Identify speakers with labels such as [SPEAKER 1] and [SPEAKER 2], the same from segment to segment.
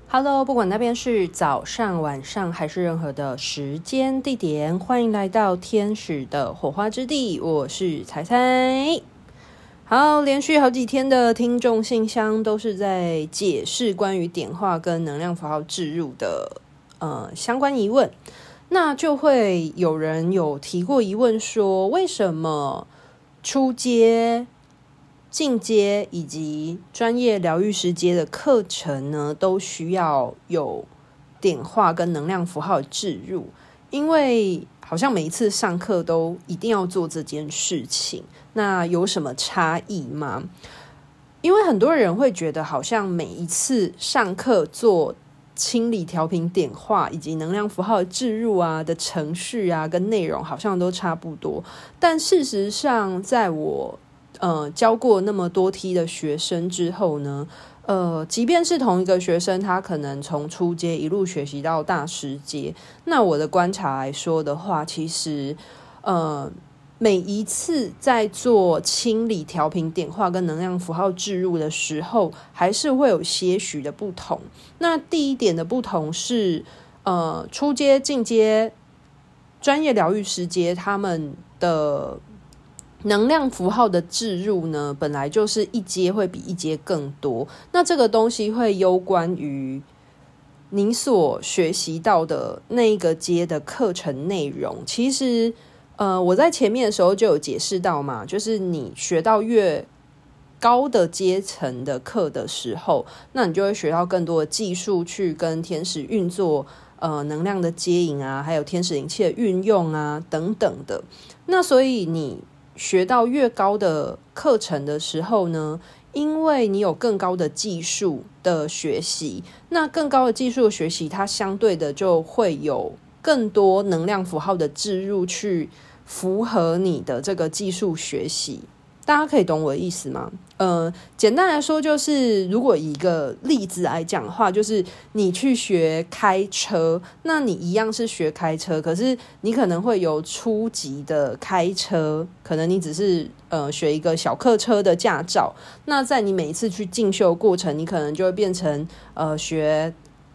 [SPEAKER 1] Hello， 不管那边是早上、晚上还是任何的时间地点，欢迎来到天使的火花之地，我是彩彩。好，连续好几天的听众信箱都是在解释关于点化跟能量符号置入的相关疑问，那就会有人有提过疑问说，为什么初阶、进阶以及专业疗愈师阶的课程呢，都需要有点化跟能量符号置入？因为好像每一次上课都一定要做这件事情，那有什么差异吗？因为很多人会觉得好像每一次上课做清理、调频、点化以及能量符号置入啊的程序啊跟内容好像都差不多，但事实上在我教过那么多梯的学生之后呢，即便是同一个学生，他可能从初阶一路学习到大师阶，那我的观察来说的话，其实每一次在做清理、调频、点化跟能量符号置入的时候，还是会有些许的不同。那第一点的不同是，初阶、进阶、专业疗愈师阶他们的能量符号的置入呢，本来就是一阶会比一阶更多。那这个东西会攸关于你所学习到的那一个阶的课程内容。其实我在前面的时候就有解释到嘛，就是你学到越高的阶层的课的时候，那你就会学到更多的技术去跟天使运作能量的接引啊，还有天使灵气的运用啊等等的。那所以你学到越高的课程的时候呢，因为你有更高的技术的学习，那更高的技术的学习它相对的就会有更多能量符号的置入去符合你的这个技术学习。大家可以懂我的意思吗？简单来说就是，如果以一个例子来讲的话，就是你去学开车，那你一样是学开车，可是你可能会有初级的开车，可能你只是学一个小客车的驾照，那在你每一次去进修的过程，你可能就会变成学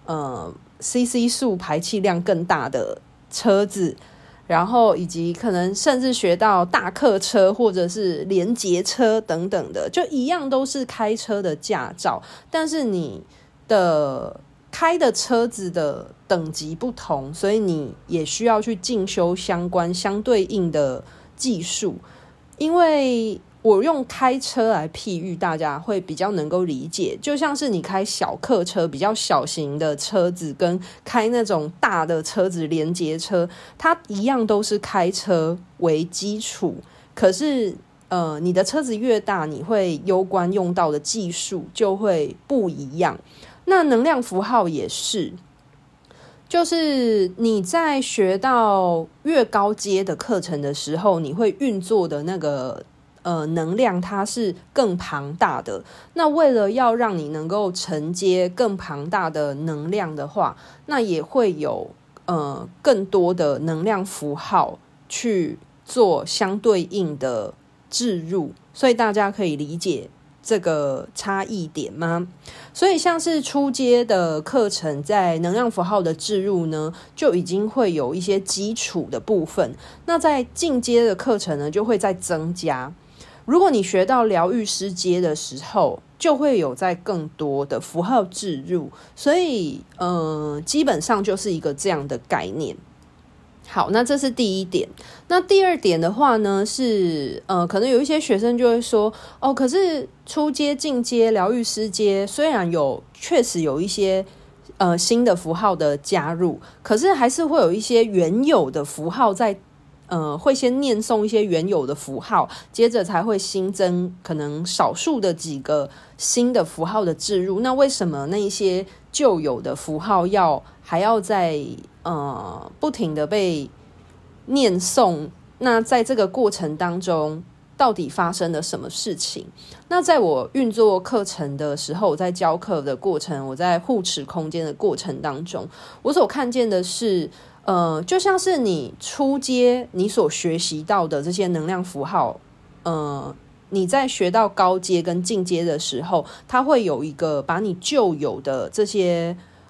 [SPEAKER 1] CC 数排气量更大的车子，然后以及可能甚至学到大客车或者是连结车等等的，就一样都是开车的驾照，但是你的开的车子的等级不同，所以你也需要去进修相关相对应的技术。因为我用开车来譬喻，大家会比较能够理解，就像是你开小客车比较小型的车子跟开那种大的车子连结车，它一样都是开车为基础，可是你的车子越大，你会攸关用到的技术就会不一样。那能量符号也是，就是你在学到越高阶的课程的时候，你会运作的那个能量它是更庞大的。那为了要让你能够承接更庞大的能量的话，那也会有更多的能量符号去做相对应的置入，所以大家可以理解这个差异点吗？所以像是初阶的课程，在能量符号的置入呢，就已经会有一些基础的部分。那在进阶的课程呢，就会再增加。如果你学到疗愈师阶的时候，就会有在更多的符号置入，所以基本上就是一个这样的概念。好，那这是第一点。那第二点的话呢，是可能有一些学生就会说，可是初阶、进阶、疗愈师阶虽然确实有一些新的符号的加入，可是还是会有一些原有的符号在。会先念诵一些原有的符号，接着才会新增可能少数的几个新的符号的置入。那为什么那一些旧有的符号还要在不停的被念诵？那在这个过程当中，到底发生了什么事情？那在我运作课程的时候，我在教课的过程，我在护持空间的过程当中，我所看见的是就像是你初阶你所学习到的这些能量符号，你在学到高阶跟进阶的时候，它会有一个把你旧有的这些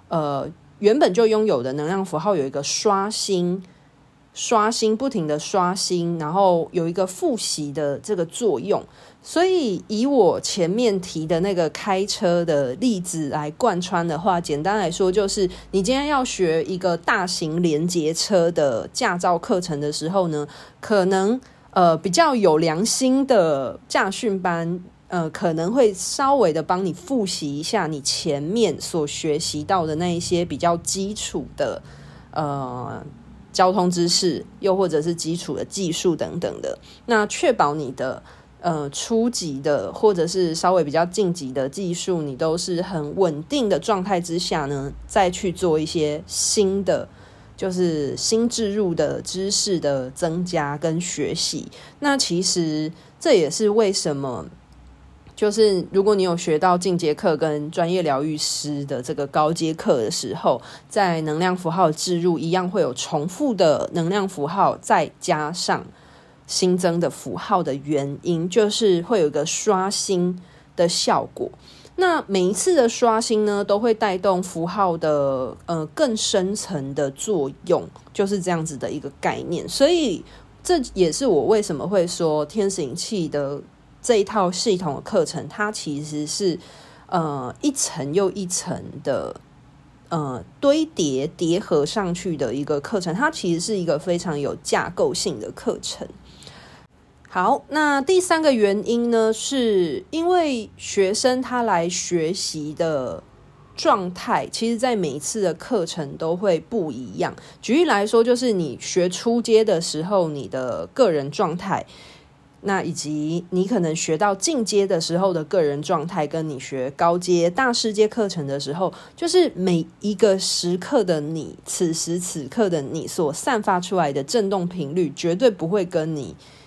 [SPEAKER 1] 原本就拥有的能量符号有一个刷新，不停的刷新，然后有一个复习的这个作用。所以以我前面提的那个开车的例子来贯穿的话，简单来说就是你今天要学一个大型连结车的驾照课程的时候呢，可能比较有良心的驾训班可能会稍微的帮你复习一下你前面所学习到的那一些比较基础的交通知识，又或者是基础的技术等等的，那确保你的初级的或者是稍微比较晋级的技术你都是很稳定的状态之下呢，再去做一些新的就是新置入的知识的增加跟学习。那其实这也是为什么就是如果你有学到进阶课跟专业疗愈师的这个高阶课的时候，在能量符号置入一样会有重复的能量符号再加上新增的符号的原因，就是会有一个刷新的效果。那每一次的刷新呢，都会带动符号的更深层的作用，就是这样子的一个概念。所以这也是我为什么会说天使灵气的这一套系统的课程，它其实是一层又一层的堆叠叠合上去的一个课程，它其实是一个非常有架构性的课程。好，那第三个原因呢，是因为学生他来学习的状态，其实在每一次的课程都会不一样。举例来说，就是你学初阶的时候，你的个人状态，那以及你可能学到进阶的时候的个人状态，跟你学高阶大世界课程的时候，就是每一个时刻的你，此时此刻的你所散发出来的振动频率，绝对不会跟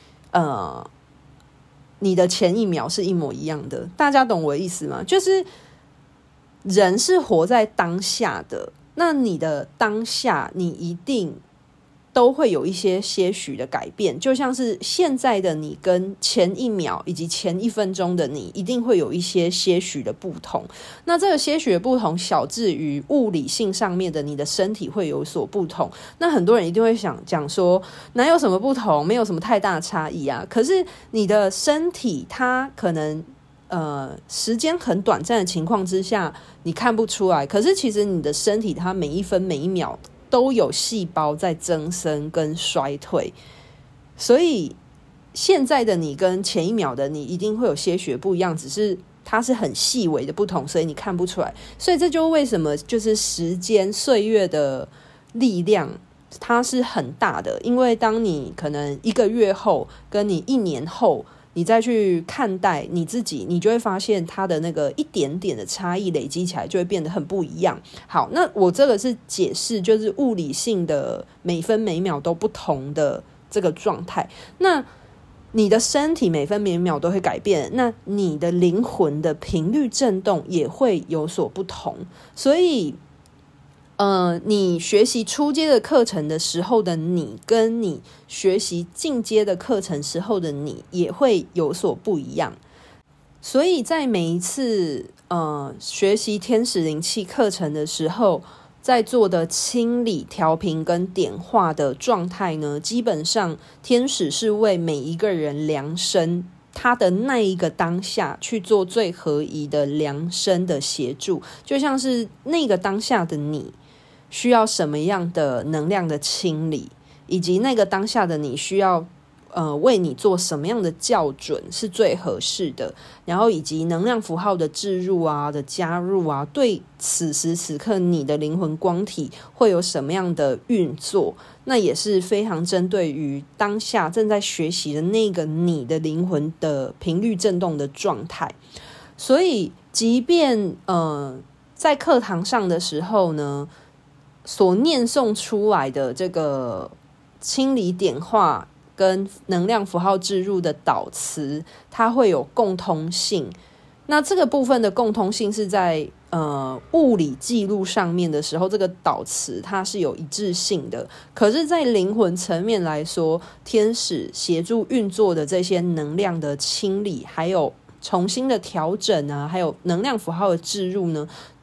[SPEAKER 1] 你的前一秒是一模一样的。大家懂我的意思吗？就是人是活在当下的，那你的当下你一定都会有一些些许的改变，就像是现在的你跟前一秒以及前1分钟的你一定会有一些些许的不同。那这个些许的不同小至于物理性上面的你的身体会有所不同，那很多人一定会想讲说哪有什么不同，没有什么太大差异啊。可是你的身体它可能时间很短暂的情况之下你看不出来，可是其实你的身体它每一分每一秒都有细胞在增生跟衰退，所以现在的你跟前一秒的你一定会有些许不一样，只是它是很细微的不同，所以你看不出来。所以这就为什么就是时间岁月的力量它是很大的，因为当你可能1个月后跟你1年后你再去看待你自己，你就会发现它的那个一点点的差异累积起来就会变得很不一样。好，那我这个是解释就是物理性的每分每秒都不同的这个状态。那你的身体每分每秒都会改变，那你的灵魂的频率振动也会有所不同。所以你学习初阶的课程的时候的你，跟你学习进阶的课程时候的你也会有所不一样。所以在每一次学习天使灵气课程的时候，在做的清理、调频跟点化的状态呢，基本上天使是为每一个人量身他的那一个当下去做最合宜的量身的协助，就像是那个当下的你需要什么样的能量的清理，以及那个当下的你需要为你做什么样的校准是最合适的，然后以及能量符号的置入啊的加入啊，对此时此刻你的灵魂光体会有什么样的运作，那也是非常针对于当下正在学习的那个你的灵魂的频率振动的状态。所以即便在课堂上的时候呢，所念诵出来的这个清理点化跟能量符号置入的导词，它会有共通性。那这个部分的共通性是在物理记录上面的时候，这个导词它是有一致性的。可是在灵魂层面来说，天使协助运作的这些能量的清理，还有重新的调整啊，还有能量符号的置入呢，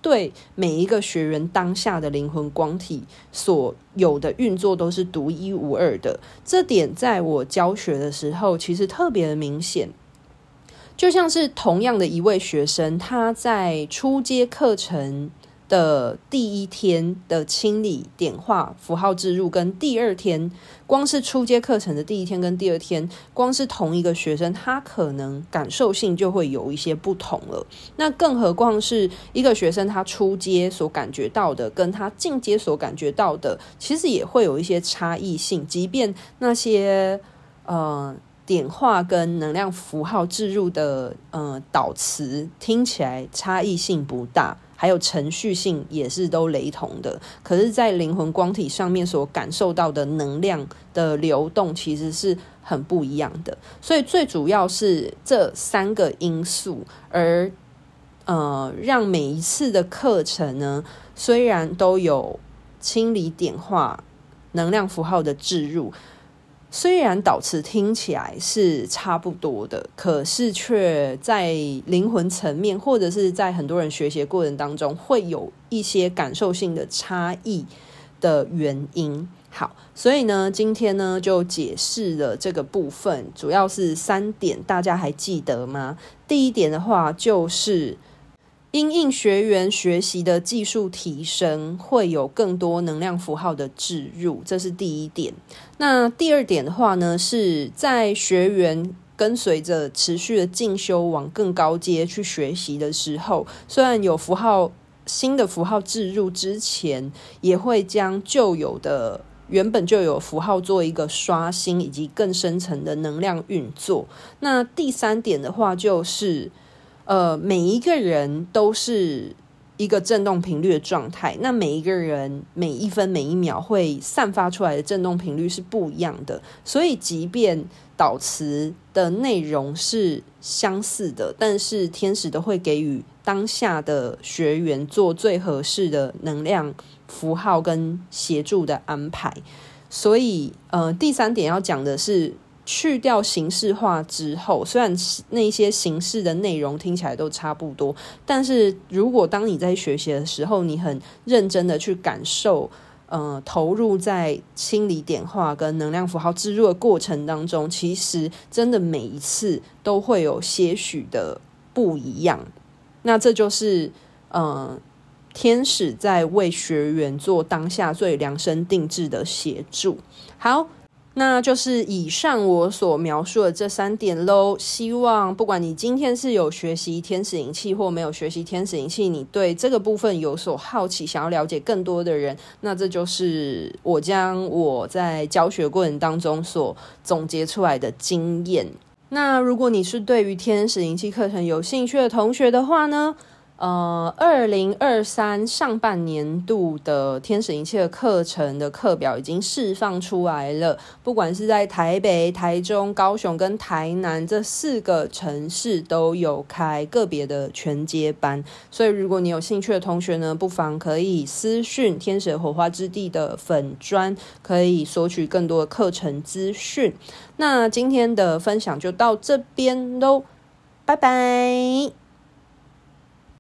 [SPEAKER 1] 对每一个学员当下的灵魂光体所有的运作都是独一无二的。这点在我教学的时候其实特别的明显，就像是同样的一位学生，他在初阶课程的第一天的清理点化符号置入跟第二天，光是初阶课程的第一天跟第二天，光是同一个学生他可能感受性就会有一些不同了。那更何况是一个学生他初阶所感觉到的跟他进阶所感觉到的其实也会有一些差异性，即便那些点化跟能量符号置入的导词听起来差异性不大，还有程序性也是都雷同的，可是在灵魂光体上面所感受到的能量的流动其实是很不一样的。所以最主要是这3个因素，而让每一次的课程呢，虽然都有清理点化能量符号的置入，虽然导词听起来是差不多的，可是却在灵魂层面或者是在很多人学习的过程当中会有一些感受性的差异的原因。好，所以呢今天呢就解释了这个部分，主要是3点，大家还记得吗？第一点的话就是因应学员学习的技术提升，会有更多能量符号的置入，这是第一点。那第二点的话呢，是在学员跟随着持续的进修往更高阶去学习的时候，虽然有新的符号置入之前，也会将原本就有符号做一个刷新以及更深层的能量运作。那第3点的话就是每一个人都是一个振动频率的状态，那每一个人每一分每一秒会散发出来的振动频率是不一样的，所以即便导词的内容是相似的，但是天使都会给予当下的学员做最合适的能量符号跟协助的安排。所以第3点要讲的是去掉形式化之后，虽然那些形式的内容听起来都差不多，但是如果当你在学习的时候，你很认真的去感受投入在清理点化跟能量符号置入的过程当中，其实真的每一次都会有些许的不一样。那这就是天使在为学员做当下最量身定制的协助。好，那就是以上我所描述的这3点咯。希望不管你今天是有学习天使灵气或没有学习天使灵气，你对这个部分有所好奇，想要了解更多的人，那这就是我将我在教学过程当中所总结出来的经验。那如果你是对于天使灵气课程有兴趣的同学的话呢，2023上半年度的天使灵气的课程的课表已经释放出来了，不管是在台北、台中、高雄跟台南这4个城市都有开个别的全阶班，所以如果你有兴趣的同学呢，不妨可以私讯天使火花之地的粉专，可以索取更多的课程资讯。那今天的分享就到这边咯，拜拜。